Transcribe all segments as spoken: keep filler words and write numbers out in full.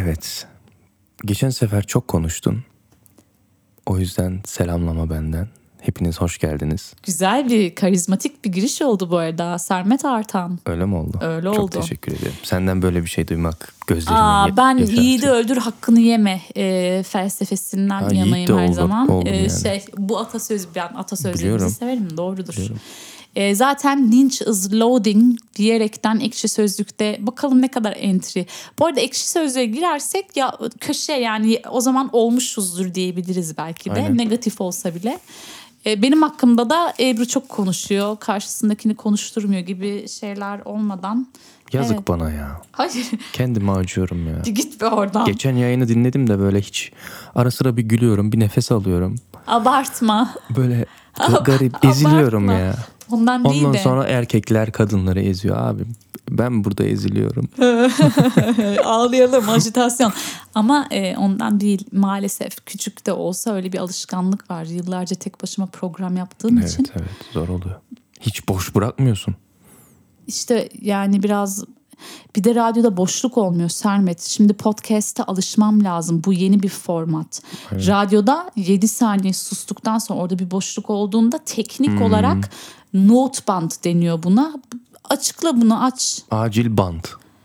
Evet. Geçen sefer çok konuştun. O yüzden selamlama benden. Hepiniz hoş geldiniz. Güzel bir, karizmatik bir giriş oldu bu arada. Sermet Artan. Öyle mi oldu? Öyle çok oldu. Çok teşekkür ederim. Senden böyle bir şey duymak gözlerimi Aa, ben yaşartıyor. yiğidi öldür hakkını yeme e, felsefesinden ha, yanayım her oldu, zaman. E, yani. Şey, bu atasözü, ben atasözlerimizi Biliyorum. severim, doğrudur. Biliyorum. E, zaten lynch is loading diyerekten Ekşi Sözlük'te bakalım ne kadar entry. Bu arada Ekşi Sözlüğe girersek ya köşe, yani o zaman olmuşuzdur diyebiliriz belki de. Aynen. Negatif olsa bile. E, benim hakkımda da Ebru çok konuşuyor, karşısındakini konuşturmuyor gibi şeyler olmadan. Yazık Evet. bana ya. Hayır. Kendimi acıyorum ya. Git be oradan. Geçen yayını dinledim de böyle hiç ara sıra bir gülüyorum, bir nefes alıyorum. Abartma. Böyle garip eziliyorum Abartma. ya. Ondan değil Ondan de. sonra erkekler kadınları eziyor abi. Ben burada eziliyorum. Ağlayalım, ajitasyon. Ama e, ondan değil, maalesef küçük de olsa öyle bir alışkanlık var. Yıllarca tek başıma program yaptığım Evet, için. evet, zor oluyor. Hiç boş bırakmıyorsun. İşte yani biraz, bir de radyoda boşluk olmuyor Sermet. Şimdi podcast'e alışmam lazım. Bu yeni bir format. Evet. Radyoda yedi saniye sustuktan sonra orada bir boşluk olduğunda teknik hmm. olarak note band deniyor buna. Açıkla bunu, aç. Acil band.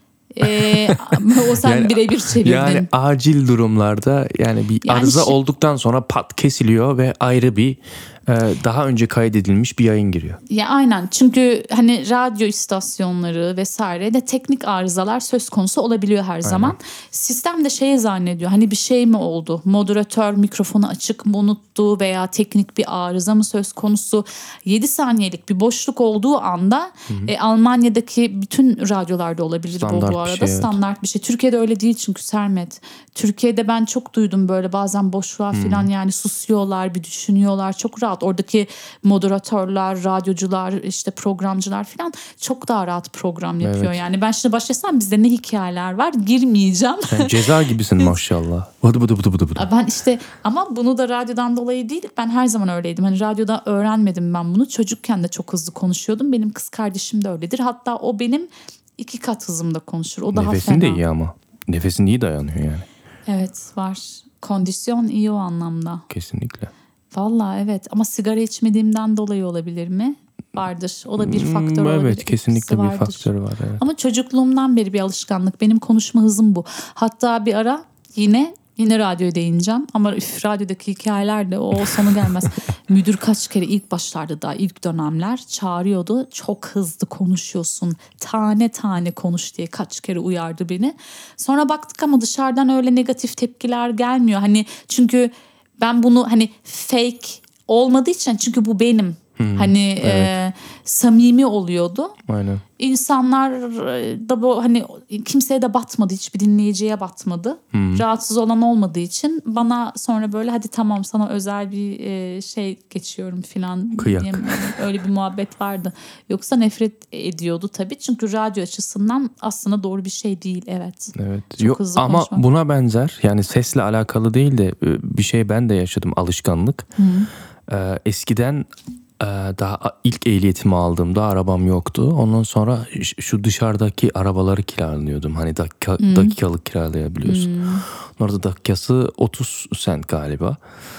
Ee, o sen yani, birebir çevirdin. Yani acil durumlarda yani bir yani arıza şey, olduktan sonra pat kesiliyor ve ayrı bir daha önce kaydedilmiş bir yayın giriyor. Ya aynen, çünkü hani radyo istasyonları vesaire de teknik arızalar söz konusu olabiliyor her aynen. zaman. Sistem de şeyi zannediyor, hani bir şey mi oldu? Moderatör mikrofonu açık mı unuttu veya teknik bir arıza mı söz konusu? yedi saniyelik bir boşluk olduğu anda e, Almanya'daki bütün radyolarda olabilir standart bu bu arada. Bir şey, standart evet. bir şey. Türkiye'de öyle değil çünkü Sermet. Türkiye'de ben çok duydum böyle bazen boşluğa hmm. falan, yani susuyorlar, bir düşünüyorlar, çok rahat. Oradaki moderatörler, radyocular, işte programcılar falan çok daha rahat program yapıyor. Evet. Yani ben şimdi başlasam bizde ne hikayeler var, girmeyeceğim. Sen ceza gibisin maşallah. Bıdı bıdı bıdı bıdı bıdı. Ben işte, ama bunu da radyodan dolayı değil, ben her zaman öyleydim. Hani radyoda öğrenmedim ben bunu. Çocukken de çok hızlı konuşuyordum. Benim kız kardeşim de öyledir. Hatta o benim iki kat hızımda konuşur. O daha Nefesin fena. de iyi ama. Nefesin iyi dayanıyor yani. Evet, var. Kondisyon iyi o anlamda. Kesinlikle. Vallahi evet, ama sigara içmediğimden dolayı olabilir mi? Vardır. O da bir faktör hmm, olabilir. Evet, kesinlikle bir faktör var. Evet. Ama çocukluğumdan beri bir alışkanlık. Benim konuşma hızım bu. Hatta bir ara yine yine radyoya değineceğim. Ama üf, radyodaki hikayelerle o sonu gelmez. Müdür kaç kere ilk başlarda, daha ilk dönemler çağırıyordu. Çok hızlı konuşuyorsun. Tane tane konuş diye kaç kere uyardı beni. Sonra baktık ama dışarıdan öyle negatif tepkiler gelmiyor. Hani çünkü ben bunu hani fake olmadığı için, çünkü bu benim. Hmm, hani evet. e, samimi oluyordu. Aynen. İnsanlar da bu, hani kimseye de batmadı, hiçbir dinleyiciye batmadı. Hmm. Rahatsız olan olmadığı için bana sonra böyle hadi tamam sana özel bir e, şey geçiyorum filan. Kıyak. Öyle bir muhabbet vardı. Yoksa nefret ediyordu tabii. Çünkü radyo açısından aslında doğru bir şey değil. Evet. Evet. Yok, ama konuşmak. Buna benzer, yani sesle alakalı değil de bir şey ben de yaşadım, alışkanlık. Hmm. Ee, eskiden daha ilk ehliyetimi aldığımda arabam yoktu. Ondan sonra şu dışarıdaki arabaları kiralanıyordum. Hani dakika, hmm. dakikalık kiralayabiliyorsun. Hmm. Orada dakikası otuz sent galiba.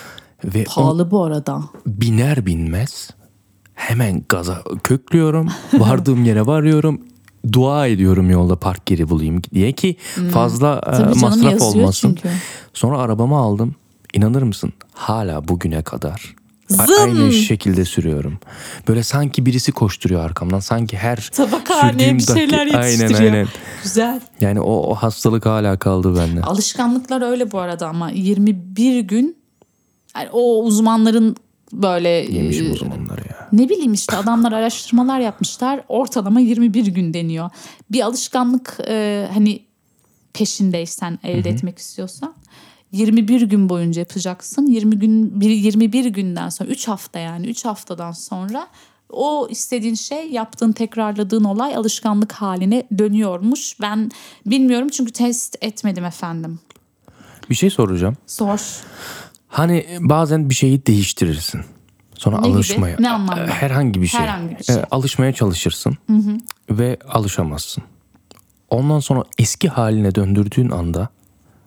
Ve pahalı bu arada. Biner binmez hemen gaza köklüyorum. Vardığım yere varıyorum. Dua ediyorum yolda park yeri bulayım diye ki fazla hmm. masraf olmasın. Çünkü. Sonra arabamı aldım. İnanır mısın? Hala bugüne kadar Zım. aynı şekilde sürüyorum. Böyle sanki birisi koşturuyor arkamdan. Sanki her tabakhaneye bir şeyler dakika... yetiştiriyor. Aynen, aynen. Güzel. Yani o, o hastalık hala kaldı bende. Alışkanlıklar öyle bu arada, ama yirmi bir gün yani o uzmanların böyle... Yemişim uzmanları ya. Ne bileyim işte, adamlar araştırmalar yapmışlar. Ortalama yirmi bir gün deniyor. Bir alışkanlık e, hani peşindeysen, elde Hı-hı. etmek istiyorsan yirmi bir gün boyunca yapacaksın. yirmi gün yirmi bir günden sonra üç hafta, yani üç haftadan sonra o istediğin şey, yaptığın, tekrarladığın olay alışkanlık haline dönüyormuş. Ben bilmiyorum çünkü test etmedim efendim. Bir şey soracağım. Sor. Hani bazen bir şeyi değiştirirsin. Sonra ne alışmaya. Gibi? Ne anlamda? Herhangi bir şey. Herhangi bir şey. E, alışmaya çalışırsın. Hı hı. Ve alışamazsın. Ondan sonra eski haline döndürdüğün anda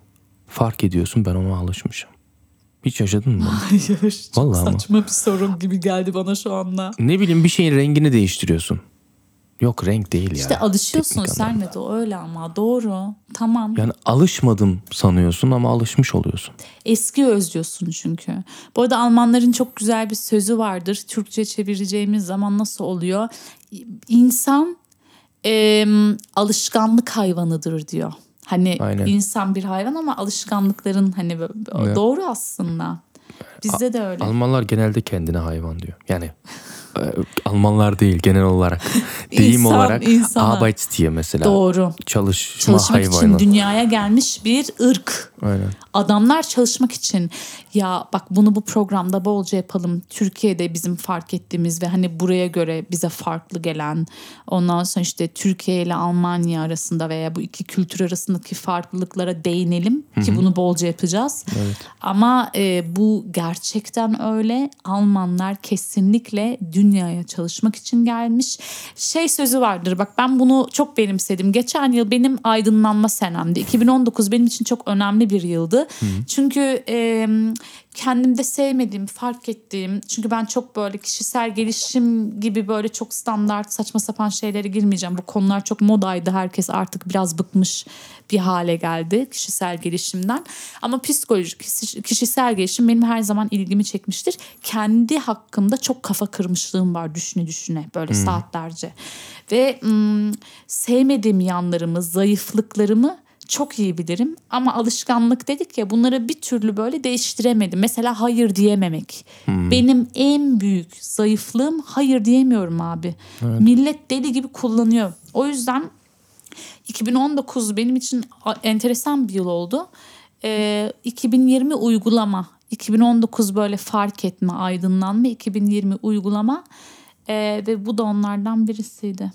Fark ediyorsun ben ona alışmışım. Hiç yaşadın mı? Hayır. Çok Vallahi saçma ama. bir sorun gibi geldi bana şu anda. Ne bileyim bir şeyin rengini değiştiriyorsun. Yok renk değil ya. İşte alışıyorsun teknik anlamda. Sermet, o öyle ama doğru. Tamam. Yani alışmadım sanıyorsun ama alışmış oluyorsun. Eski özlüyorsun çünkü. Bu arada Almanların çok güzel bir sözü vardır. Türkçe çevireceğimiz zaman nasıl oluyor? İnsan e, alışkanlık hayvanıdır diyor. Hani Aynen. insan bir hayvan ama alışkanlıkların hani Evet. doğru aslında. Bizde de öyle. Almanlar genelde kendine hayvan diyor. Yani e, Almanlar değil genel olarak. Deyim İnsan, olarak insana. Arbeitstier mesela. Doğru. Çalışma Çalışmak hayvanı. için dünyaya gelmiş bir ırk. Aynen. Adamlar çalışmak için, ya bak bunu bu programda bolca yapalım. Türkiye'de bizim fark ettiğimiz ve hani buraya göre bize farklı gelen, ondan sonra işte Türkiye ile Almanya arasında veya bu iki kültür arasındaki farklılıklara değinelim ki Hı-hı. bunu bolca yapacağız. Evet. Ama e, bu gerçekten öyle. Almanlar kesinlikle dünyaya çalışmak için gelmiş. Şey sözü vardır, bak ben bunu çok benimsedim. Geçen yıl benim aydınlanma senemdi. iki bin on dokuz benim için çok önemli bir yıldı. Hı. Çünkü e, kendimde sevmediğim, fark ettiğim, çünkü ben çok böyle kişisel gelişim gibi böyle çok standart saçma sapan şeylere girmeyeceğim. Bu konular çok modaydı. Herkes artık biraz bıkmış bir hale geldi kişisel gelişimden. Ama psikolojik, kişisel gelişim benim her zaman ilgimi çekmiştir. Kendi hakkımda çok kafa kırmışlığım var düşüne düşüne böyle hmm. saatlerce. Ve ım, sevmediğim yanlarımı, zayıflıklarımı çok iyi bilirim ama alışkanlık dedik ya, bunları bir türlü böyle değiştiremedim. Mesela hayır diyememek. Hmm. Benim en büyük zayıflığım, hayır diyemiyorum abi. Evet. Millet deli gibi kullanıyor. O yüzden iki bin on dokuz benim için enteresan bir yıl oldu. Ee, iki bin yirmi uygulama. iki bin on dokuz böyle fark etme, aydınlanma. iki bin yirmi uygulama. Ee, ve bu da onlardan birisiydi.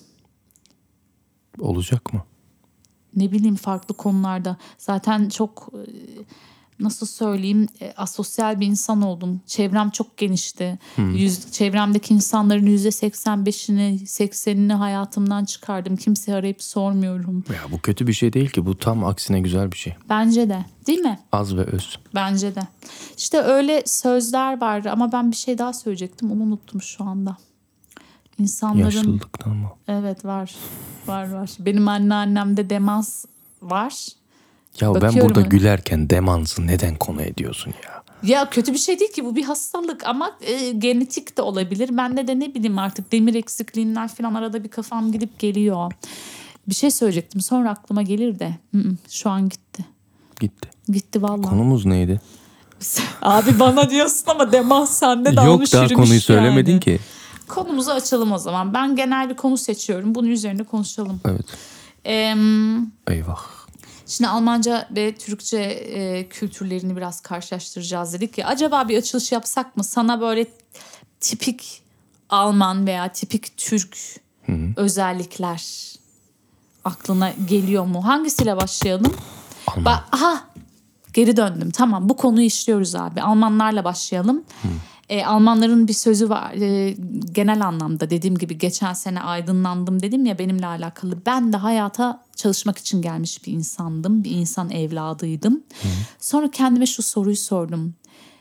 Olacak mı? Ne bileyim, farklı konularda. Zaten çok nasıl söyleyeyim, asosyal bir insan oldum. Çevrem çok genişti. Hmm. Yüz, çevremdeki insanların yüzde seksen beşini seksenini hayatımdan çıkardım. Kimseyi arayıp sormuyorum. Ya bu kötü bir şey değil ki. Bu tam aksine güzel bir şey. Bence de. Değil mi? Az ve öz. Bence de. İşte öyle sözler var ama ben bir şey daha söyleyecektim. Onu unuttum şu anda. İnsanların... Yaşlılıktan mı? Evet var. Var var. Benim anneannemde demans var. Ya Bakıyorum ben burada hani... gülerken demansı neden konu ediyorsun ya? Ya kötü bir şey değil ki, bu bir hastalık ama e, genetik de olabilir. Bende de ne bileyim artık demir eksikliğinden falan arada bir kafam gidip geliyor. Bir şey söyleyecektim sonra aklıma gelir de. Hı-hı, şu an gitti. Gitti. Gitti vallahi. Konumuz neydi? Abi bana diyorsun ama demans sende de almış yürümüş. Yok daha konuyu söylemedin yani. Ki. Konumuzu açalım o zaman. Ben genel bir konu seçiyorum. Bunun üzerine konuşalım. Evet. Ee, Eyvah. Şimdi Almanca ve Türkçe e, kültürlerini biraz karşılaştıracağız dedik ya. Acaba bir açılış yapsak mı? Sana böyle tipik Alman veya tipik Türk Hı-hı. özellikler aklına geliyor mu? Hangisiyle başlayalım? Alman. Ba- Aha geri döndüm. Tamam, bu konuyu işliyoruz abi. Almanlarla başlayalım. Hı. E, Almanların bir sözü var e, genel anlamda, dediğim gibi geçen sene aydınlandım dedim ya, benimle alakalı. Ben de hayata çalışmak için gelmiş bir insandım, bir insan evladıydım. Hı. Sonra kendime şu soruyu sordum: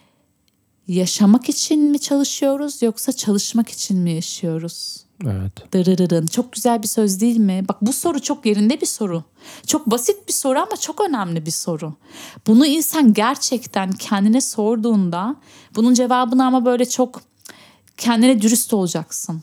yaşamak için mi çalışıyoruz yoksa çalışmak için mi yaşıyoruz? Evet. Dırırırın. Çok güzel bir söz değil mi? Bak bu soru çok yerinde bir soru. Çok basit bir soru ama çok önemli bir soru. Bunu insan gerçekten kendine sorduğunda, bunun cevabını ama böyle çok kendine dürüst olacaksın.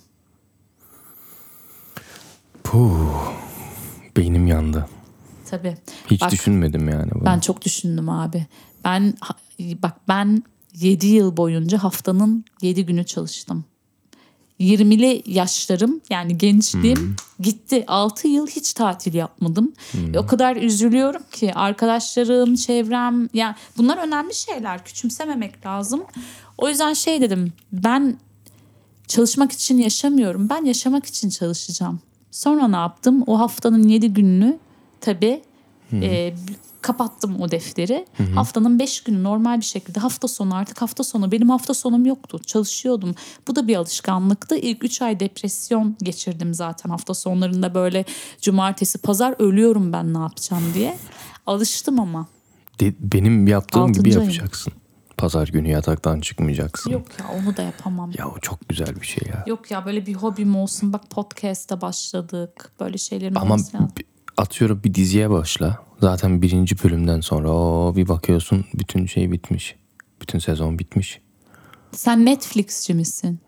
Puh. Beynim yandı. Tabii. Hiç bak, düşünmedim yani. Bunu. Ben çok düşündüm abi. Ben bak ben yedi yıl boyunca haftanın yedi günü çalıştım. yirmili yaşlarım yani gençliğim hmm. gitti. altı yıl hiç tatil yapmadım. Hmm. Ve o kadar üzülüyorum ki arkadaşlarım, çevrem, yani bunlar önemli şeyler, küçümsememek lazım. O yüzden şey dedim, ben çalışmak için yaşamıyorum, ben yaşamak için çalışacağım. Sonra ne yaptım? O haftanın yedi gününü tabii hmm. e, kapattım o defteri. Hı hı. Haftanın beş günü normal bir şekilde, hafta sonu artık hafta sonu. Benim hafta sonum yoktu. Çalışıyordum. Bu da bir alışkanlıktı. İlk üç ay depresyon geçirdim zaten. Hafta sonlarında böyle cumartesi, pazar ölüyorum ben ne yapacağım diye. Alıştım ama. de, benim yaptığım Altıncı gibi ayın. yapacaksın. Pazar günü yataktan çıkmayacaksın. Yok ya, onu da yapamam. Ya o çok güzel bir şey ya. Yok ya, böyle bir hobim olsun. Bak podcast'a başladık. Böyle şeylerin Ama olması lazım. atıyorum bir diziye başla. Zaten birinci bölümden sonra o bir bakıyorsun bütün şey bitmiş. Bütün sezon bitmiş. Sen Netflix'ci misin?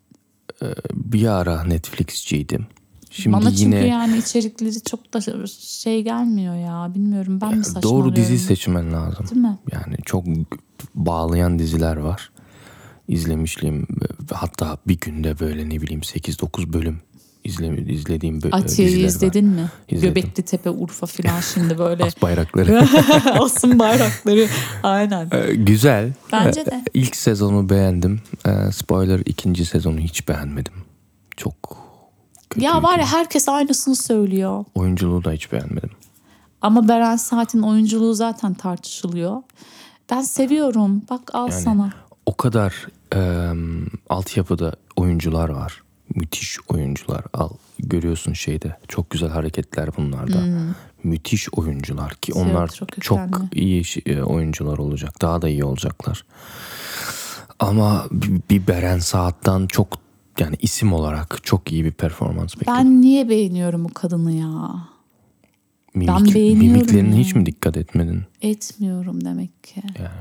Bir ara Netflix'ciydim. Şimdi Bana yine çünkü yani içerikleri çok da şey gelmiyor ya. Bilmiyorum, ben mi saçmalıyorum? doğru dizi seçmen lazım. Değil mi? Yani çok bağlayan diziler var. İzlemişliğim, hatta bir günde böyle ne bileyim sekiz dokuz bölüm izle, izlediğim bö- Atiye'yi diziler izledin var. mi? İzledim. Göbekli Tepe, Urfa filan şimdi böyle. As bayrakları. Asım bayrakları. Aynen. Ee, Güzel. Bence Ee, de. İlk sezonu beğendim. Ee, spoiler, ikinci sezonu hiç beğenmedim. Çok kötü. Ya var ya, herkes aynısını söylüyor. Oyunculuğu da hiç beğenmedim. Ama Beren Saat'in oyunculuğu zaten tartışılıyor. Ben seviyorum. Bak al Yani sana. o kadar e, altyapıda oyuncular var. Müthiş oyuncular. Al görüyorsun şeyde. Çok güzel hareketler bunlarda. Hmm. Müthiş oyuncular ki Tiyatro onlar kökenli. çok iyi e, oyuncular olacak. Daha da iyi olacaklar. Ama bir, bir Beren Saat'tan çok, yani isim olarak çok iyi bir performans bekledim. Ben niye beğeniyorum o kadını ya? Mimik, beğeniyorum mimiklerine ya. hiç mi dikkat etmedin? Etmiyorum demek ki.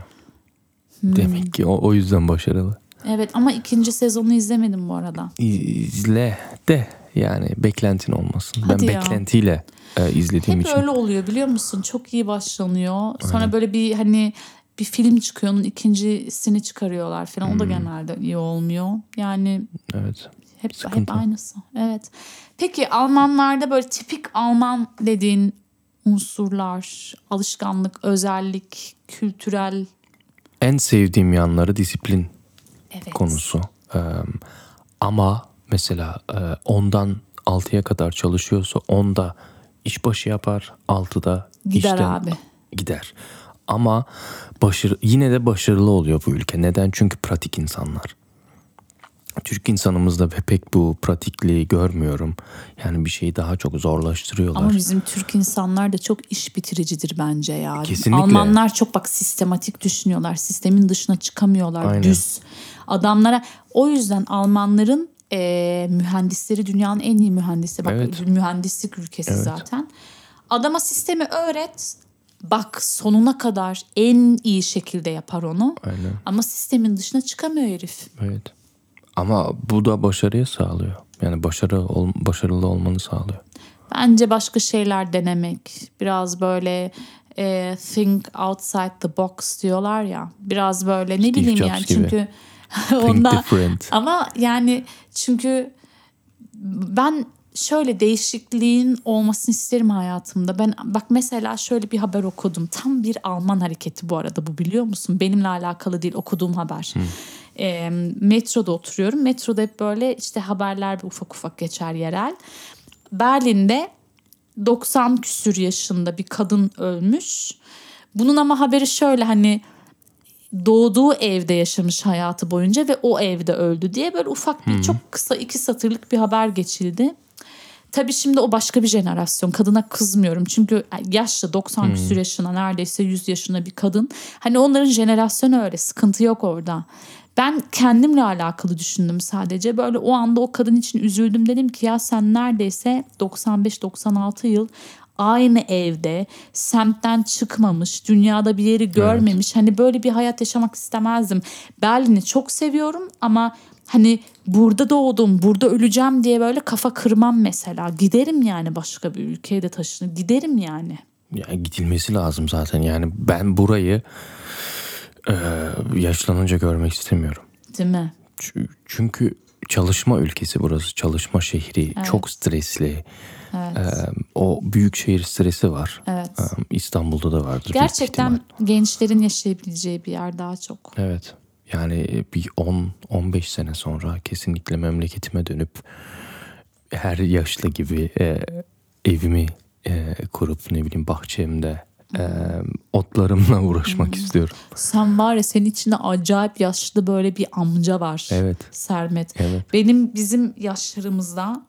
Demek ki o, o yüzden başarılı. Evet, ama ikinci sezonu izlemedim bu arada. İzle de yani beklentin olmasın. Hadi ben ya. beklentiyle e, izlediğim Hep için. öyle oluyor biliyor musun? Çok iyi başlanıyor. Sonra Aynen. böyle bir hani bir film çıkıyor, onun ikincisini çıkarıyorlar falan. Hmm. O da genelde iyi olmuyor. Yani evet. Hep hep aynısı. Evet. Peki Almanlarda böyle tipik Alman dediğin unsurlar, alışkanlık, özellik, kültürel. En sevdiğim yanları disiplin evet. konusu. Ee, ama mesela e, ondan altıya kadar çalışıyorsa onda işbaşı yapar, altıda gider işten abi. Gider. Ama başarı, yine de başarılı oluyor bu ülke. Neden? Çünkü pratik insanlar. Türk insanımızda pek bu pratikliği görmüyorum. Yani bir şeyi daha çok zorlaştırıyorlar. Ama bizim Türk insanlar da çok iş bitiricidir bence ya. Kesinlikle. Almanlar çok bak sistematik düşünüyorlar. Sistemin dışına çıkamıyorlar. Aynen. Düz. Adamlara o yüzden Almanların e, mühendisleri dünyanın en iyi mühendisi. Bak evet. mühendislik ülkesi evet. zaten. Adama sistemi öğret. Bak sonuna kadar en iyi şekilde yapar onu. Aynen. Ama sistemin dışına çıkamıyor herif. Evet. Ama bu da başarıyı sağlıyor. Yani başarı ol, başarılı olmanı sağlıyor. Bence başka şeyler denemek. Biraz böyle e, think outside the box diyorlar ya. Biraz böyle ne Steve bileyim Jobs yani. gibi. Çünkü ondan, ama yani çünkü ben şöyle değişikliğin olmasını isterim hayatımda. Ben bak mesela şöyle bir haber okudum. Tam bir Alman hareketi bu arada, bu biliyor musun? Benimle alakalı değil, okuduğum haber. Hmm. E, metroda oturuyorum. Metroda hep böyle işte haberler ufak ufak geçer yerel. Berlin'de doksan küsür yaşında bir kadın ölmüş. Bunun ama haberi şöyle, hani doğduğu evde yaşamış hayatı boyunca ve o evde öldü diye böyle ufak bir hmm. çok kısa iki satırlık bir haber geçildi. Tabii şimdi o başka bir jenerasyon. Kadına kızmıyorum. Çünkü yaşlı doksan hmm. küsur yaşına, neredeyse yüz yaşına bir kadın. Hani onların jenerasyonu öyle. Sıkıntı yok orada. Ben kendimle alakalı düşündüm sadece. Böyle o anda o kadın için üzüldüm. Dedim ki ya sen neredeyse doksan beş doksan altı yıl aynı evde, semtten çıkmamış, dünyada bir yeri görmemiş. Evet. Hani böyle bir hayat yaşamak istemezdim. Berlin'i çok seviyorum ama hani burada doğdum, burada öleceğim diye böyle kafa kırmam mesela. Giderim yani, başka bir ülkeye de taşınır. Giderim yani. Ya gidilmesi lazım zaten. Yani ben burayı e, yaşlanınca görmek istemiyorum. Değil mi? Çünkü çalışma ülkesi burası. Çalışma şehri. Evet. Çok stresli. Evet. Ee, o büyük şehir stresi var. Evet. Ee, İstanbul'da da vardır. Gerçekten gençlerin yaşayabileceği bir yer daha çok. Evet. Yani bir on on beş sene sonra kesinlikle memleketime dönüp her yaşlı gibi e, evimi e, kurup ne bileyim bahçemde e, otlarımla uğraşmak hmm. istiyorum. Sen var ya, senin içinde acayip yaşlı böyle bir amca var. Evet. Sermet. Evet. Benim bizim yaşlarımızda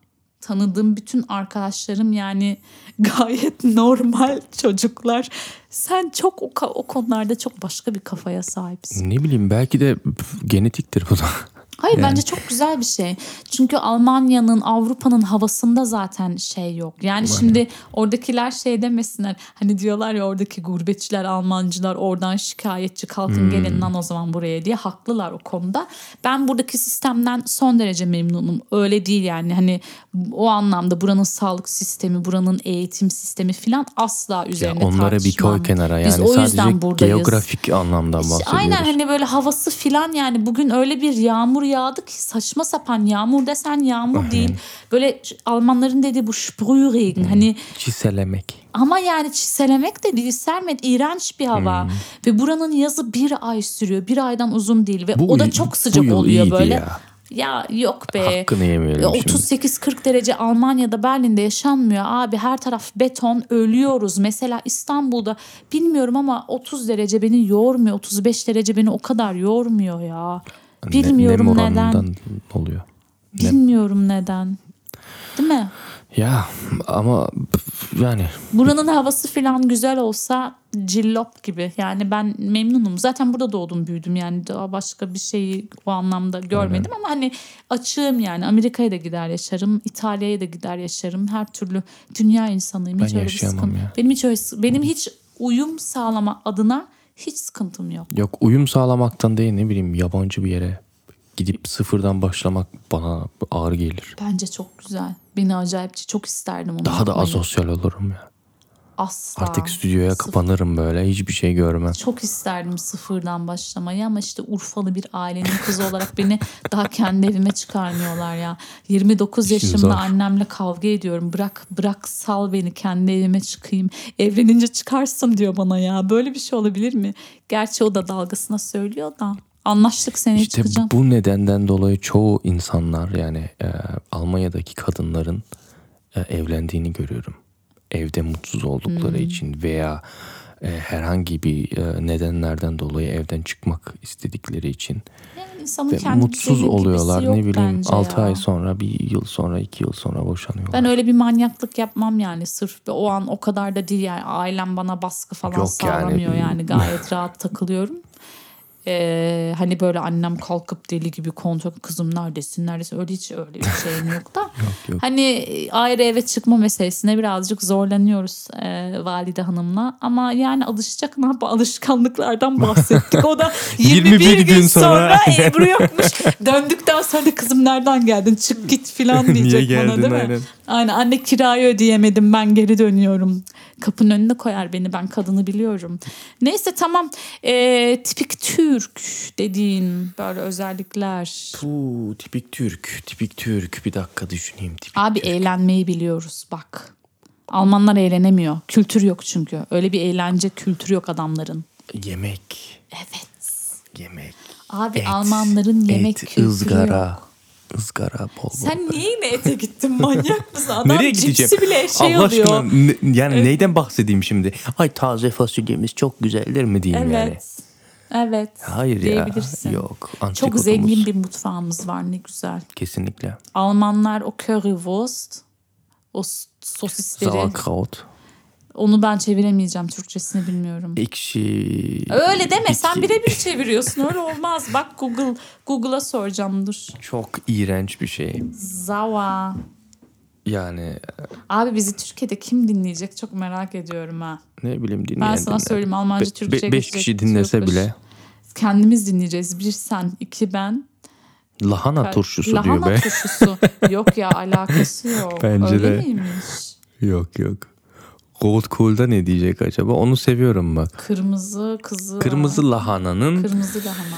tanıdığım bütün arkadaşlarım yani gayet normal çocuklar. Sen çok o, o konularda çok başka bir kafaya sahipsin. Ne bileyim, belki de genetiktir bu da. Hayır Yani. Bence çok güzel bir şey. Çünkü Almanya'nın, Avrupa'nın havasında zaten şey yok. Yani Aynen. Şimdi oradakiler şey demesinler. Hani diyorlar ya oradaki gurbetçiler, Almancılar oradan şikayetçi, kalkın hmm. gelin lan o zaman buraya diye. Haklılar o konuda. Ben buradaki sistemden son derece memnunum. Öyle değil yani. Hani o anlamda buranın sağlık sistemi, buranın eğitim sistemi falan asla üzerine ya onlara tartışmam. bir koy kenara yani. Biz o yüzden sadece buradayız. Geografik anlamdan bahsediyoruz. Aynen hani böyle havası filan yani bugün öyle bir yağmur yağdı ki saçma sapan yağmur desen yağmur Aynen. değil. Böyle Almanların dediği bu Sprühregen hmm. hani çiselemek. Ama yani çiselemek de değil, Sermet, iğrenç bir hava. Hmm. Ve buranın yazı bir ay sürüyor. Bir aydan uzun değil ve bu, o da çok sıcak oluyor böyle. Ya. Ya yok be. Hakkını yemiyorum otuz sekiz kırk derece Almanya'da, Berlin'de yaşanmıyor abi. Her taraf beton, ölüyoruz. Mesela İstanbul'da bilmiyorum ama otuz derece beni yormuyor. otuz beş derece beni o kadar yormuyor ya. Bilmiyorum ne, neden. Oluyor. Bilmiyorum ne? neden. Değil mi? Ya ama yani. Buranın havası falan güzel olsa cillop gibi. Yani ben memnunum. Zaten burada doğdum büyüdüm yani daha başka bir şeyi o anlamda görmedim. Aynen. Ama hani açığım yani. Amerika'ya da gider yaşarım. İtalya'ya da gider yaşarım. Her türlü dünya insanıyım. Hiç ben öyle bir sıkıntı. Ya. Benim hiç öyle, benim hiç uyum sağlama adına hiç sıkıntım yok. Yok, uyum sağlamaktan değil, ne bileyim, yabancı bir yere gidip sıfırdan başlamak bana ağır gelir. Bence çok güzel. Beni acayip çok isterdim onu Daha yapmayı. da asosyal olurum ya. Asla. Artık stüdyoya Sıfır. kapanırım böyle, hiçbir şey görmem. Çok isterdim sıfırdan başlamayı ama işte Urfalı bir ailenin kızı olarak beni daha kendi evime çıkarmıyorlar ya. yirmi dokuz yaşımda annemle kavga ediyorum. Bırak bırak sal beni, kendi evime çıkayım. Evlenince çıkarsın diyor bana ya. Böyle bir şey olabilir mi? Gerçi o da dalgasına söylüyor da. Anlaştık, seneye işte çıkacağım. Bu nedenden dolayı çoğu insanlar yani e, Almanya'daki kadınların e, evlendiğini görüyorum. Evde mutsuz oldukları hmm. için veya e, herhangi bir e, nedenlerden dolayı evden çıkmak istedikleri için yani ve mutsuz oluyorlar. Ne bileyim altı ay sonra, bir yıl sonra, iki yıl sonra boşanıyorlar. Ben öyle bir manyaklık yapmam yani, sırf o an o kadar da değil yani, ailem bana baskı falan Yok sağlamıyor yani, yani gayet rahat takılıyorum. Ee, hani böyle annem kalkıp deli gibi kontrol, kızım neredesin neredesin, öyle hiç öyle bir şeyim yok da. yok, yok. Hani ayrı eve çıkma meselesine birazcık zorlanıyoruz e, valide hanımla ama yani alışacak, ne yapalım, alışkanlıklardan bahsettik. O da yirmi bir gün sonra Ebru yokmuş. Döndükten sonra da kızım nereden geldin, çık git falan diyecek bana, değil mi? Aynen. Aynen, anne kirayı ödeyemedim, ben geri dönüyorum. Kapının önüne koyar beni, ben kadını biliyorum. Neyse tamam, ee, tipik Türk dediğin böyle özellikler. Puh, tipik Türk, tipik Türk. Bir dakika düşüneyim. Tipik Abi Türk. Eğlenmeyi biliyoruz bak. Almanlar eğlenemiyor. Kültür yok çünkü. Öyle bir eğlence kültürü yok adamların. Yemek. Evet. Yemek. Abi et, Almanların yemek et, kültürü ızgara. yok. Izgara bol bol. Sen niye yine ete gittin, manyak mısın? Adam nereye gideceğim? Cipsi bile şey Allah oluyor. aşkına ne, yani evet. Neyden bahsedeyim şimdi? Ay taze fasulyemiz çok güzeldir mi diyeyim evet. yani? Evet. Hayır diyebilirsin. ya. Yok. Çok zengin bir mutfağımız var, ne güzel. Kesinlikle. Almanlar o Currywurst, o sosisleri. Sauerkraut. Onu ben çeviremeyeceğim, Türkçesini bilmiyorum. Ekşi. Öyle deme, bitki. sen birebir çeviriyorsun, öyle olmaz. Bak Google Google'a soracağım, dur. Çok iğrenç bir şey. Zava. Yani. Abi bizi Türkiye'de kim dinleyecek, çok merak ediyorum ha. Ne bileyim, dinleyen Ben sana dinler. söyleyeyim, Almanca, Be- Türkçe. Be- beş kişi dinlese yokmuş. Bile. Kendimiz dinleyeceğiz. Bir sen, iki ben. Lahana Ka- turşusu lahana diyor be. Lahana turşusu. Yok ya, alakası yok. Bence Öyle de. miymiş? Yok yok. Rotkohl'da ne diyecek acaba? Onu seviyorum bak. Kırmızı kızı. Kırmızı lahananın. Kırmızı lahana.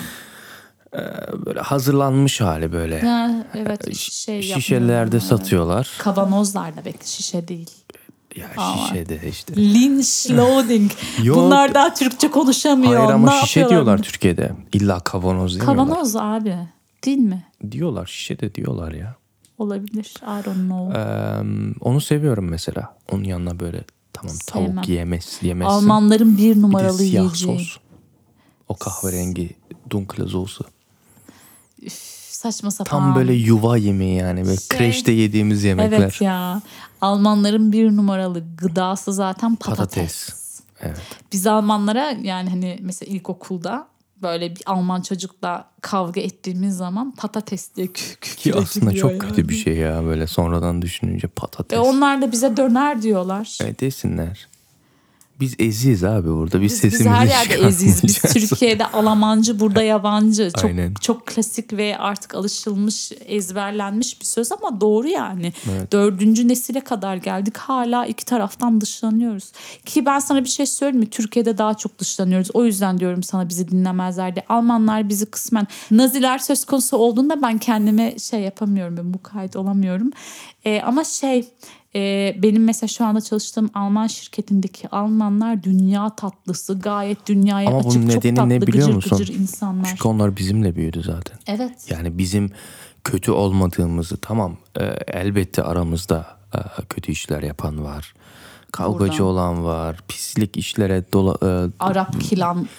E, böyle hazırlanmış hali böyle. Ha, evet, şey şişelerde satıyorlar. Evet. Kavanozlarda, belki şişe değil. Ya şişede işte. Lynch loading. Bunlar daha Türkçe konuşamıyor. Hayır ama ne şişe yapıyorlar? diyorlar Türkiye'de. İlla kavanoz demiyorlar. Kavanoz abi. Değil mi? Diyorlar, şişe de diyorlar ya. Olabilir. I don't know. Ee, onu seviyorum mesela. Onun yanına böyle tamam Sevmem. tavuk yemez, yemezsin. Almanların bir numaralı bir yiyeceği. sos. O kahverengi dunkle sosu. Üf, saçma sapan. Tam böyle yuva yemeği yani. Böyle şey, kreşte yediğimiz yemekler. Evet ya. Almanların bir numaralı gıdası zaten patates. Patates. Evet. Biz Almanlara yani hani mesela ilkokulda böyle bir Alman çocukla kavga ettiğimiz zaman patates diye küfür Ki aslında çok yani. kötü bir şey ya böyle sonradan düşününce patates. E onlar da bize döner diyorlar. Evet desinler. Biz eziyiz abi burada. Biz, biz sesimizi Biz her yerde eziyiz. Biz Türkiye'de Almancı, burada yabancı. Çok Aynen. çok klasik ve artık alışılmış, ezberlenmiş bir söz ama doğru yani. Evet. Dördüncü nesile kadar geldik. Hala iki taraftan dışlanıyoruz. Ki ben sana bir şey söyleyeyim mi? Türkiye'de daha çok dışlanıyoruz. O yüzden diyorum sana bizi dinlemezler diye. Almanlar bizi kısmen. Naziler söz konusu olduğunda ben kendime şey yapamıyorum. Ben mukayyet olamıyorum. Ee, ama şey... Ee, benim mesela şu anda çalıştığım Alman şirketindeki Almanlar dünya tatlısı, gayet dünyaya Ama açık, çok tatlı, ne biliyor gıcır musun? gıcır insanlar. Çünkü onlar bizimle büyüdü zaten. Evet. Yani bizim kötü olmadığımızı tamam e, elbette aramızda e, kötü işler yapan var. Kavgacı Oradan. olan var. Pislik işlere dola... E, Arap kilan.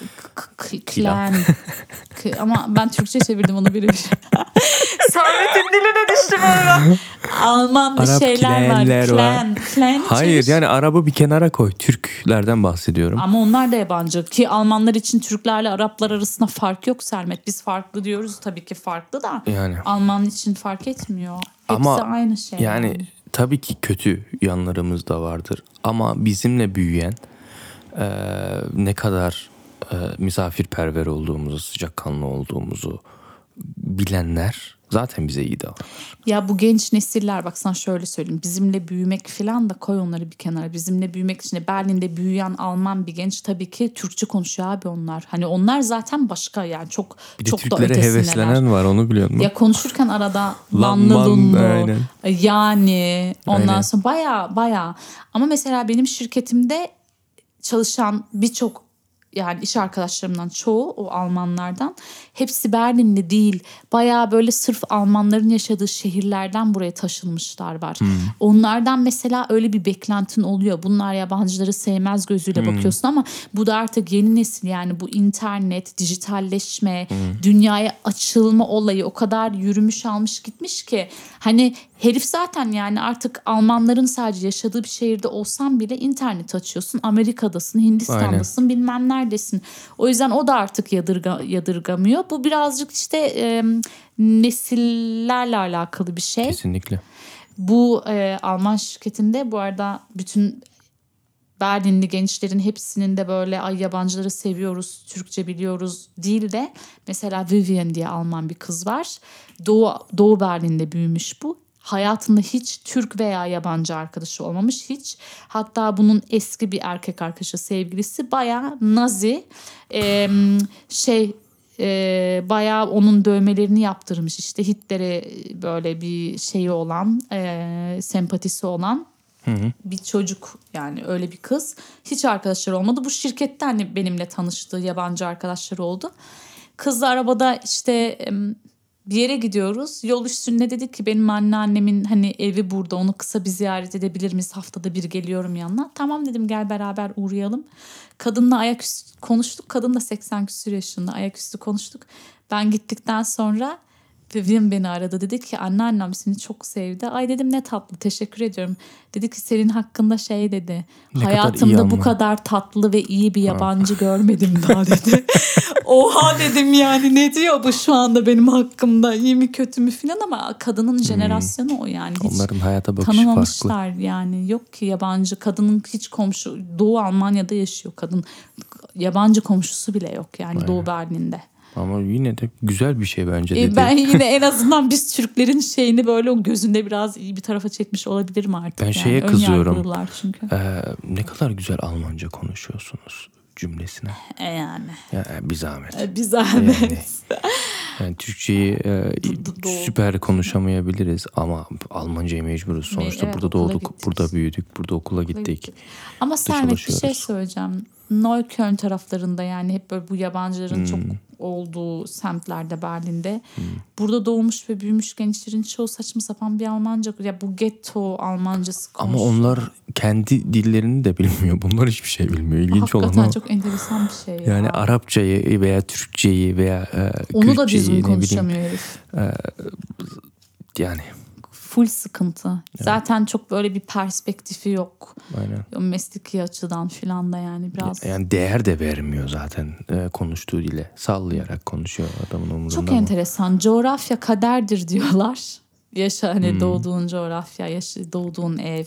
Klan. Ama ben Türkçe çevirdim onu birebir. Samet'in diline düştüm orada. Alman bir Arap şeyler var. Klan. Klan Hayır yani Arap'ı bir kenara koy. Türklerden bahsediyorum. Ama onlar da yabancı. Ki Almanlar için Türklerle Araplar arasında fark yok Sermet. Biz farklı diyoruz tabii ki farklı da. Yani. Alman için fark etmiyor. Hepsi Ama aynı şey. Yani, yani tabii ki kötü yanlarımız da vardır. Ama bizimle büyüyen e, ne kadar e, misafirperver olduğumuzu, sıcakkanlı olduğumuzu bilenler zaten bize iyi davranır. Ya bu genç nesiller bak sana şöyle söyleyeyim. Bizimle büyümek falan da koy onları bir kenara. Bizimle büyümek için Berlin'de büyüyen Alman bir genç tabii ki Türkçe konuşuyor abi onlar. Hani onlar zaten başka yani çok bir de çok Türklere da ötesindeler. heveslenen var onu biliyor musun? Ya konuşurken arada lanlı lunlu yani ondan aynen. sonra baya baya ama mesela benim şirketimde çalışan birçok yani iş arkadaşlarımdan çoğu o Almanlardan hepsi Berlinli değil. Bayağı böyle sırf Almanların yaşadığı şehirlerden buraya taşınmışlar var. Hmm. Onlardan mesela öyle bir beklentin oluyor. Bunlar yabancıları sevmez gözüyle hmm. bakıyorsun ama bu da artık yeni nesil yani bu internet, dijitalleşme, hmm. dünyaya açılma olayı o kadar yürümüş almış gitmiş ki hani herif zaten yani artık Almanların sadece yaşadığı bir şehirde olsan bile internet açıyorsun. Amerika'dasın, Hindistan'dasın, aynen. bilmem neredesin. O yüzden o da artık yadırga, yadırgamıyor. Bu birazcık işte e, nesillerle alakalı bir şey. Kesinlikle. Bu e, Alman şirketinde bu arada bütün Berlinli gençlerin hepsinin de böyle ay yabancıları seviyoruz, Türkçe biliyoruz değil de mesela Vivian diye Alman bir kız var. Doğu, Doğu Berlin'de büyümüş bu. Hayatında hiç Türk veya yabancı arkadaşı olmamış hiç. Hatta bunun eski bir erkek arkadaşı sevgilisi bayağı Nazi ee, şey e, bayağı onun dövmelerini yaptırmış işte Hitler'e böyle bir şeyi olan e, sempatisi olan hı hı. bir çocuk yani öyle bir kız. Hiç arkadaşları olmadı. Bu şirkette hani benimle tanıştığı yabancı arkadaşları oldu. Kızla arabada işte bir yere gidiyoruz. Yol üstünde dedik ki benim anneannemin hani evi burada. Onu kısa bir ziyaret edebilir miyiz? Haftada bir geliyorum yanına. Tamam dedim gel beraber uğrayalım. Kadınla ayaküstü konuştuk. Kadın da seksen küsur yaşında. Ayaküstü konuştuk. Ben gittikten sonra Vivian beni aradı. Dedi ki anneannem seni çok sevdi. Ay dedim ne tatlı teşekkür ediyorum. Dedi ki senin hakkında şey dedi. Ne hayatımda bu kadar tatlı ve iyi bir yabancı ha. görmedim daha dedi. Oha dedim yani ne diyor bu şu anda benim hakkımda iyi mi kötü mü filan ama kadının jenerasyonu hmm. o yani. Hiç onların hayata bakışı tanımamışlar farklı. Yani yok ki yabancı kadının hiç komşu Doğu Almanya'da yaşıyor kadın. Yabancı komşusu bile yok yani aynen. Doğu Berlin'de. Ama yine de güzel bir şey bence dedi. E ben yine en azından biz Türklerin şeyini böyle o gözünde biraz iyi bir tarafa çekmiş olabilirim artık. Ben yani. şeye kızıyorum. Çünkü. Ee, ne kadar güzel Almanca konuşuyorsunuz cümlesine. E yani. Ya, bir zahmet. E, bir zahmet. Yani, yani Türkçeyi e, süper konuşamayabiliriz ama Almanca'ya mecburuz. Sonuçta evet, burada doğduk, gittik. Burada büyüdük, burada okula gittik. gittik. Ama Sermet bir şey söyleyeceğim. Neukölln taraflarında yani hep böyle bu yabancıların hmm. çok olduğu semtlerde Berlin'de. Hmm. Burada doğmuş ve büyümüş gençlerin çoğu saçma sapan bir Almanca. Ya bu ghetto Almancası konuşuyor. Ama onlar kendi dillerini de bilmiyor. Bunlar hiçbir şey bilmiyor. İlginç olan o. Hakikaten çok enteresan bir şey ya. Yani Arapçayı veya Türkçeyi veya e, onu da düzgün konuşamıyor herif. E, yani full sıkıntı. Evet. Zaten çok böyle bir perspektifi yok. Aynen. Mesleki açıdan filan da yani biraz. Yani değer de vermiyor zaten e, konuştuğu dile. Sallayarak konuşuyor adamın umurunda. Çok ama. enteresan. Coğrafya kaderdir diyorlar. Yaşa hani hmm. doğduğun coğrafya, yaşa, doğduğun ev.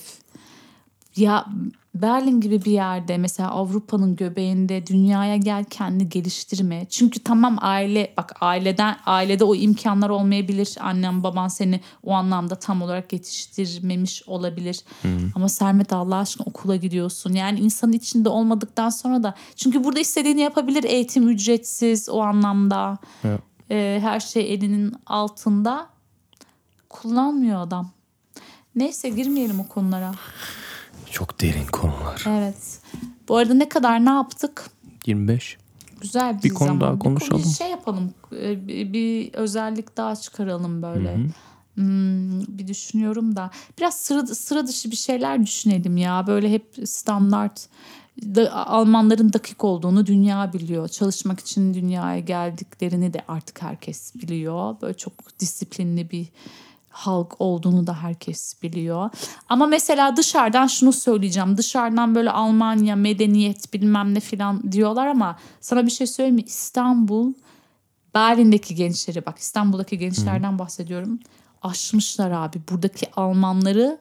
Ya Berlin gibi bir yerde mesela Avrupa'nın göbeğinde dünyaya gel kendini geliştirme. Çünkü tamam aile bak aileden ailede o imkanlar olmayabilir. Annen baban seni o anlamda tam olarak yetiştirmemiş olabilir. Hmm. Ama Sermet Allah aşkına okula gidiyorsun. Yani insanın içinde olmadıktan sonra da çünkü burada istediğini yapabilir. Eğitim ücretsiz o anlamda. Evet. Ee, her şey elinin altında. Kullanmıyor adam. Neyse girmeyelim o konulara. Çok derin konular. Evet. Bu arada ne kadar ne yaptık? yirmi beş. Güzel bir, bir konu zaman. daha konuşalım. Bir şey yapalım. Bir, bir özellik daha çıkaralım böyle. Hmm, bir düşünüyorum da. Biraz sıra, sıra dışı bir şeyler düşünelim ya. Böyle hep standart. Da, Almanların dakik olduğunu dünya biliyor. Çalışmak için dünyaya geldiklerini de artık herkes biliyor. Böyle çok disiplinli bir halk olduğunu da herkes biliyor. Ama mesela dışarıdan şunu söyleyeceğim. Dışarıdan böyle Almanya, medeniyet bilmem ne falan diyorlar ama sana bir şey söyleyeyim mi? İstanbul, Berlin'deki gençleri bak İstanbul'daki gençlerden bahsediyorum. Aşmışlar abi. Buradaki Almanları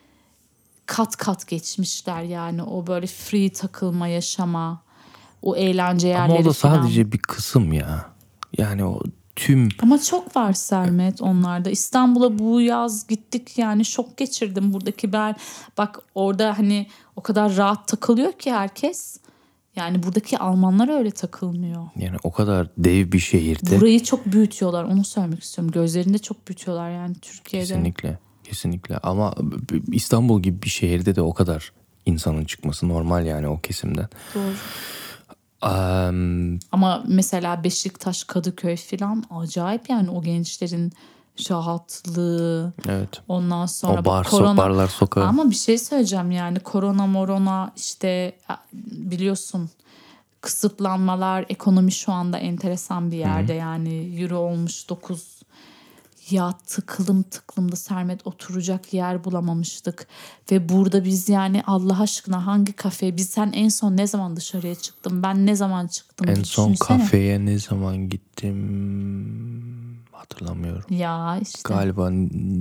kat kat geçmişler yani. O böyle free takılma, yaşama, o eğlence yerleri falan. Ama o da sadece falan. bir kısım ya. Yani o tüm... Ama çok var Sermet onlarda. İstanbul'a bu yaz gittik yani şok geçirdim buradaki ben. Bak orada hani o kadar rahat takılıyor ki herkes. Yani buradaki Almanlar öyle takılmıyor. Yani o kadar dev bir şehirde. Burayı çok büyütüyorlar onu söylemek istiyorum. Gözlerinde çok büyütüyorlar yani Türkiye'de. Kesinlikle kesinlikle ama İstanbul gibi bir şehirde de o kadar insanın çıkması normal yani o kesimden. Doğru. Um, Ama mesela Beşiktaş, Kadıköy falan acayip yani o gençlerin rahatlığı. Evet. Ondan sonra o bar, korona, so, barlar sokağı. Ama bir şey söyleyeceğim yani korona morona işte biliyorsun kısıtlanmalar, ekonomi şu anda enteresan bir yerde. Hı-hı. Yani euro olmuş dokuz. Ya tıklım tıklımda Sermet oturacak yer bulamamıştık. Ve burada biz yani Allah aşkına hangi kafe? Biz sen en son ne zaman dışarıya çıktın? Ben ne zaman çıktım? En son düşünsene. Kafeye ne zaman gittim? Hatırlamıyorum. Ya işte. Galiba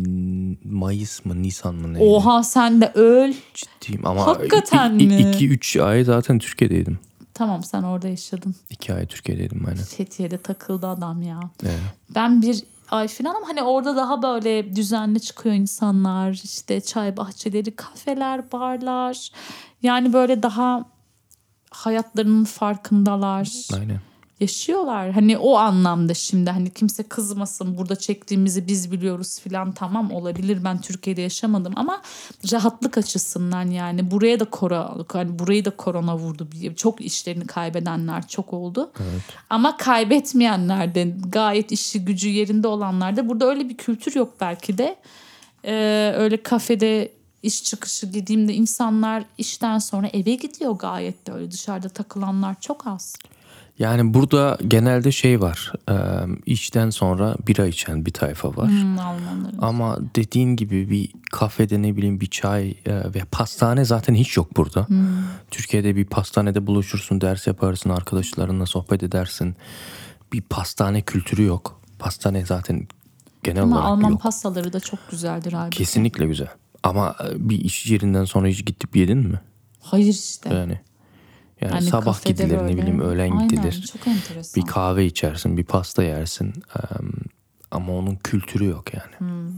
Mayıs mı Nisan mı neydi? Oha sen de öl. Ciddiyim ama hakikaten mi? iki üç ay zaten Türkiye'deydim. Tamam sen orada yaşadın. iki ay Türkiye'deydim aynen. Fethiye'de takıldı adam ya. Evet. Ben bir ay falan ama hani orada daha böyle düzenli çıkıyor insanlar. İşte çay bahçeleri, kafeler, barlar. Yani böyle daha hayatlarının farkındalar. Aynen. Yaşıyorlar. Hani o anlamda şimdi hani kimse kızmasın burada çektiğimizi biz biliyoruz filan tamam olabilir ben Türkiye'de yaşamadım ama rahatlık açısından yani buraya da korona hani burayı da korona vurdu. Çok işlerini kaybedenler çok oldu. Evet. Ama kaybetmeyenler de gayet işi gücü yerinde olanlar da burada öyle bir kültür yok belki de. Ee, öyle kafede iş çıkışı gideyim de insanlar işten sonra eve gidiyor gayet de öyle dışarıda takılanlar çok az. Yani burada genelde şey var, e, işten sonra bira içen bir tayfa var. Hmm, ama dediğin gibi bir kafede ne bileyim bir çay e, ve pastane zaten hiç yok burada. Hmm. Türkiye'de bir pastanede buluşursun, ders yaparsın, arkadaşlarınla sohbet edersin. Bir pastane kültürü yok. Pastane zaten genel ama olarak Alman yok. pastaları da çok güzeldir abi. Kesinlikle güzel. Ama bir iş yerinden sonra hiç gidip yedin mi? Hayır işte. Yani. Yani, yani sabah gidilir böyle. Ne bileyim öğlen Aynen, gidilir. Çok enteresan. Bir kahve içersin, bir pasta yersin. Um, ama onun kültürü yok yani. Hmm.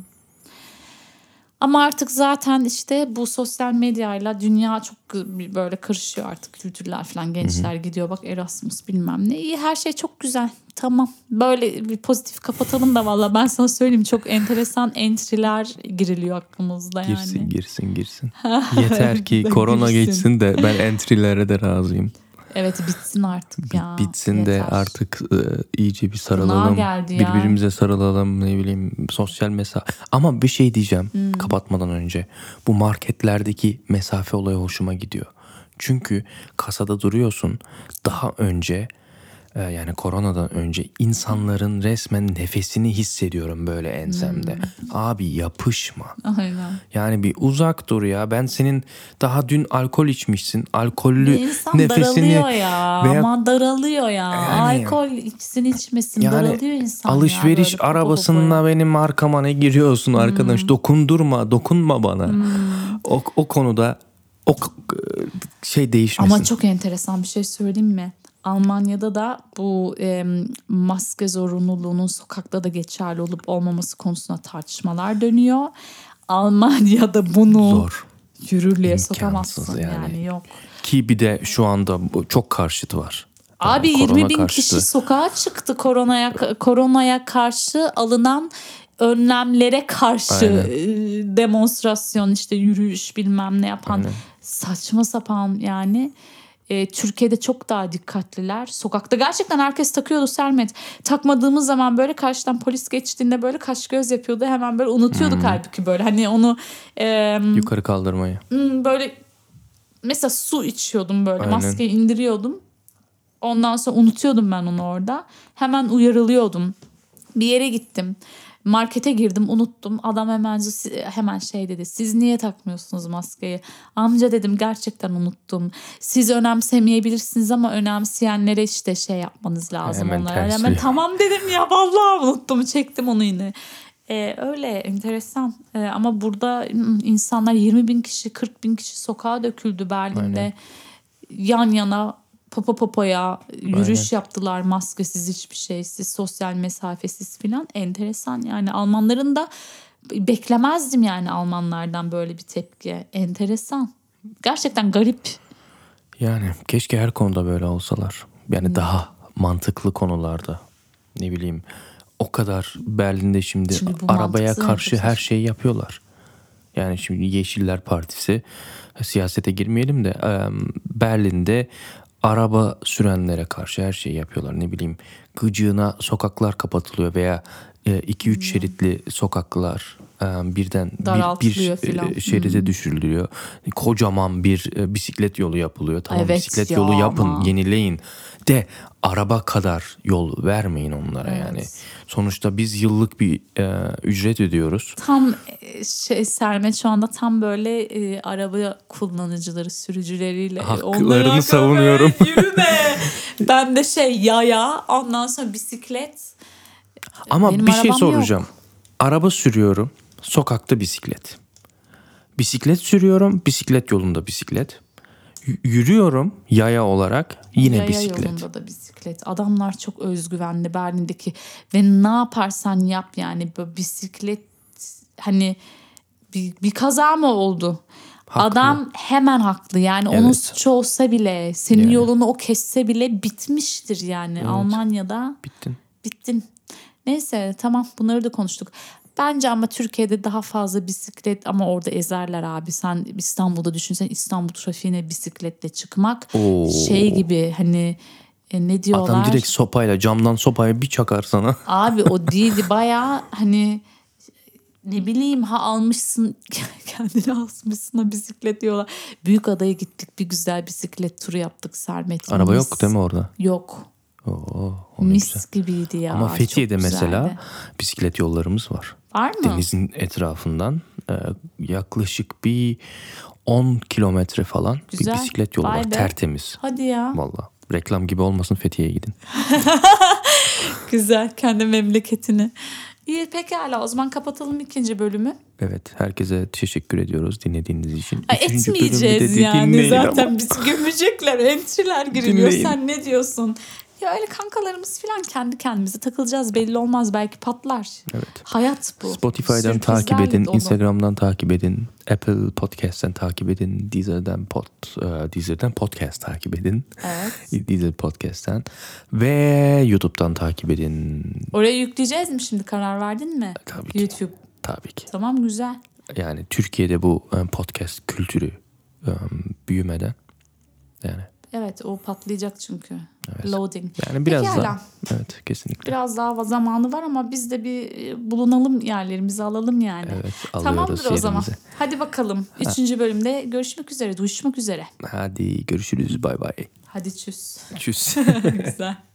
Ama artık zaten işte bu sosyal medyayla dünya çok böyle karışıyor artık kültürler falan. Gençler Hı-hı. gidiyor bak Erasmus bilmem ne. İyi her şey çok güzel. Tamam. Böyle bir pozitif kapatalım da valla ben sana söyleyeyim çok enteresan entry'ler giriliyor aklımızda yani. Girsin girsin girsin. Yeter ki korona girsin. geçsin de ben entry'lere de razıyım. Evet bitsin artık ya. Bitsin yeter. de artık e, iyice bir sarılalım. Geldi ya. Birbirimize sarılalım, ne bileyim sosyal mesafe. Ama bir şey diyeceğim hmm. kapatmadan önce. Bu marketlerdeki mesafe olayı hoşuma gidiyor. Çünkü kasada duruyorsun. Daha önce e, yani koronadan önce insanların resmen nefesini hissediyorum böyle ensemde. Hmm. Abi yapışma. Aynen. Yani bir uzak dur ya. Ben senin daha dün alkol içmişsin. Alkollü İnsan nefesini daralıyor ya. Veya, ama daralıyor ya. Yani, alkol içsin içmesin yani, daralıyor insan alışveriş ya. Arabasında benim arkama ne giriyorsun hmm. arkadaş? Dokundurma, dokunma bana. Hmm. O, o konuda o şey değişmesin. Ama çok enteresan bir şey söyleyeyim mi? Almanya'da da bu e, maske zorunluluğunun sokakta da geçerli olup olmaması konusunda tartışmalar dönüyor. Almanya'da bunu Zor. yürürlüğe İmkansız sokamazsın yani. yani yok. Ki bir de şu anda çok karşıtı var. Abi yani yirmi bin karşıtı. Kişi sokağa çıktı koronaya koronaya karşı alınan önlemlere karşı Aynen. demonstrasyon işte yürüyüş bilmem ne yapan Aynen. saçma sapan yani. E, Türkiye'de çok daha dikkatliler. Sokakta gerçekten herkes takıyordu Sermet. Takmadığımız zaman böyle karşıdan polis geçtiğinde böyle kaş göz yapıyordu. Hemen böyle unutuyorduk hmm. halbuki böyle. Hani onu e, yukarı kaldırmayı. Böyle mesela su içiyordum böyle. Aynen. Maskeyi indiriyordum. Ondan sonra unutuyordum ben onu orada. Hemen uyarılıyordum. Bir yere gittim. Markete girdim unuttum. Adam hemen hemen şey dedi. Siz niye takmıyorsunuz maskeyi? Amca dedim gerçekten unuttum. Siz önemsemeyebilirsiniz ama önemseyenlere işte şey yapmanız lazım. Hemen onlara. Hemen tamam dedim ya vallahi unuttum. Çektim onu yine. Ee, öyle enteresan. Ee, ama burada insanlar yirmi bin kişi kırk bin kişi sokağa döküldü Berlin'de. Aynen. Yan yana popo popoya yürüyüş Aynen. yaptılar maskesiz hiçbir şeysiz sosyal mesafesiz filan enteresan yani Almanların da beklemezdim yani Almanlardan böyle bir tepki enteresan gerçekten garip yani keşke her konuda böyle olsalar yani hmm. daha mantıklı konularda ne bileyim o kadar Berlin'de şimdi, şimdi arabaya karşı her şeyi yapıyorlar yani şimdi Yeşiller Partisi siyasete girmeyelim de Berlin'de araba sürenlere karşı her şeyi yapıyorlar. Ne bileyim gıcığına sokaklar kapatılıyor veya iki üç hmm. şeritli sokaklar birden bir, bir falan. şeride hmm. düşürülüyor. Kocaman bir bisiklet yolu yapılıyor. Tamam evet, bisiklet ya yolu yapın, ama. yenileyin. De araba kadar yol vermeyin onlara evet. yani. Sonuçta biz yıllık bir e, ücret ödüyoruz. Tam şey Sermet şu anda tam böyle e, araba kullanıcıları, sürücüleriyle haklarını savunuyorum. Yürüme. Ben de şey yaya, ondan sonra bisiklet. Ama Benim bir şey soracağım. Yok. Araba sürüyorum, sokakta bisiklet. Bisiklet sürüyorum, bisiklet yolunda bisiklet. Yürüyorum yaya olarak yine yaya bisiklet. Yaya yolunda da bisiklet. Adamlar çok özgüvenli Berlin'deki ve ne yaparsan yap yani böyle bisiklet hani bir, bir kaza mı oldu? Haklı. Adam hemen haklı yani evet. onun suçu olsa bile senin yani. yolunu o kesse bile bitmiştir yani evet. Almanya'da. Bittin. Bittin. Neyse tamam bunları da konuştuk. Bence ama Türkiye'de daha fazla bisiklet ama orada ezerler abi. Sen İstanbul'da düşünsen İstanbul trafiğine bisikletle çıkmak Oo. şey gibi hani e, ne diyorlar? Adam direkt sopayla camdan sopaya bir çakar sana. Abi o değildi bayağı hani ne bileyim ha almışsın kendini almışsın o bisiklet diyorlar. Büyükada'ya gittik bir güzel bisiklet turu yaptık Sermet. Araba Mis. yok değil mi orada? Yok. Oo, Mis güzel. gibiydi ya. Ama Fethiye'de mesela bisiklet yollarımız var. Var mı? Denizin etrafından e, yaklaşık bir on kilometre falan güzel. bir bisiklet yolu Vay var. Be. Tertemiz. Hadi ya. Vallahi reklam gibi olmasın Fethiye'ye gidin. Güzel kendi memleketini. İyi pekala o zaman kapatalım ikinci bölümü. Evet herkese teşekkür ediyoruz dinlediğiniz için. Ay, etmeyeceğiz yani zaten ama. Biz gömecekler entry'ler giriliyor sen ne diyorsun? Ya öyle kankalarımız falan kendi kendimize takılacağız belli olmaz belki patlar. Evet. Hayat bu. Spotify'dan Sürprizler takip edin, dolu. Instagram'dan takip edin, Apple Podcast'ten takip edin, Deezer'den pod, uh, Deezer'den podcast takip edin. Evet. Deezer Podcast'ten ve YouTube'dan takip edin. Oraya yükleyeceğiz mi şimdi karar verdin mi? Tabii ki. YouTube. Tabii ki. Tamam güzel. Yani Türkiye'de bu um, podcast kültürü um, büyümeden yani Evet, o patlayacak çünkü. Evet. Loading. Yani biraz Pekala. daha. Evet, kesinlikle. Biraz daha zamanı var ama biz de bir bulunalım, yerlerimizi alalım yani. Evet, alıyoruz Tamamdır o zaman. yerimizi. Hadi bakalım. Üçüncü bölümde görüşmek üzere, duyuşmak üzere. Hadi görüşürüz, bay bay. Hadi çüss. Tschüss. Güzel.